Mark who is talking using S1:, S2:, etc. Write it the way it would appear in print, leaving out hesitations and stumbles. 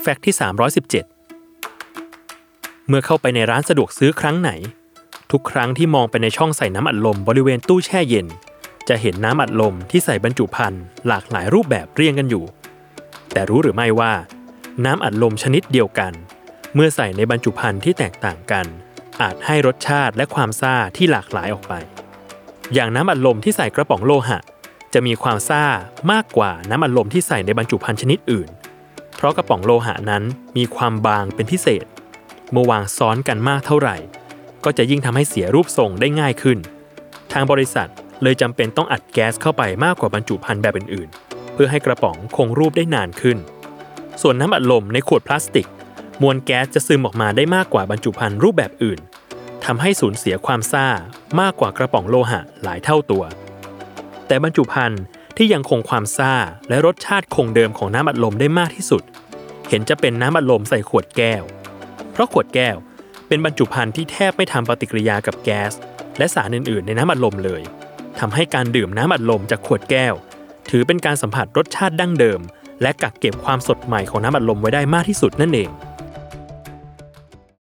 S1: แฟกต์ที่317เมื่อเข้าไปในร้านสะดวกซื้อครั้งไหนทุกครั้งที่มองไปในช่องใส่น้ำอัดลมบริเวณตู้แช่เย็นจะเห็นน้ำอัดลมที่ใส่บรรจุภัณฑ์หลากหลายรูปแบบเรียงกันอยู่แต่รู้หรือไม่ว่าน้ำอัดลมชนิดเดียวกันเมื่อใส่ในบรรจุภัณฑ์ที่แตกต่างกันอาจให้รสชาติและความซ่าที่หลากหลายออกไปอย่างน้ำอัดลมที่ใส่กระป๋องโลหะจะมีความซ่ามากกว่าน้ำอัดลมที่ใส่ในบรรจุภัณฑ์ชนิดอื่นเพราะกระป๋องโลหะนั้นมีความบางเป็นพิเศษเมื่อวางซ้อนกันมากเท่าไหร่ก็จะยิ่งทำให้เสียรูปทรงได้ง่ายขึ้นทางบริษัทเลยจำเป็นต้องอัดแก๊สเข้าไปมากกว่าบรรจุภัณฑ์แบบอื่นๆเพื่อให้กระป๋องคงรูปได้นานขึ้นส่วนน้ำอัดลมในขวดพลาสติกมวลแก๊สจะซึมออกมาได้มากกว่าบรรจุภัณฑ์รูปแบบอื่นทำให้สูญเสียความซ่ามากกว่ากระป๋องโลหะหลายเท่าตัวแต่บรรจุภัณฑ์ที่ยังคงความซ่าและรสชาติคงเดิมของน้ำอัดลมได้มากที่สุดเห็นจะเป็นน้ำอัดลมใส่ขวดแก้วเพราะขวดแก้วเป็นบรรจุภัณฑ์ที่แทบไม่ทำปฏิกิริยากับแก๊สและสารอื่นๆในน้ำอัดลมเลยทำให้การดื่มน้ำอัดลมจากขวดแก้วถือเป็นการสัมผัสรสชาติดั้งเดิมและกักเก็บความสดใหม่ของน้ำอัดลมไว้ได้มากที่สุดนั่นเอง